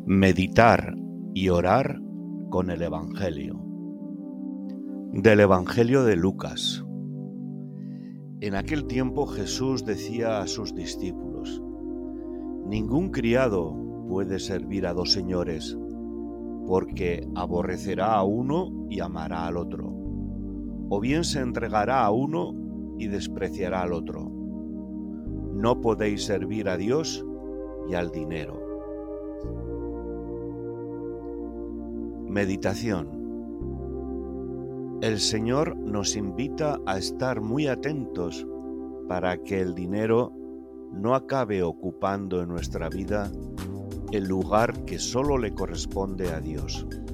Meditar y orar con el Evangelio. Del Evangelio de Lucas. En aquel tiempo Jesús decía a sus discípulos: «Ningún criado puede servir a dos señores, porque aborrecerá a uno y amará al otro, o bien se entregará a uno y despreciará al otro. No podéis servir a Dios y al dinero». Meditación. El Señor nos invita a estar muy atentos para que el dinero no acabe ocupando en nuestra vida el lugar que solo le corresponde a Dios.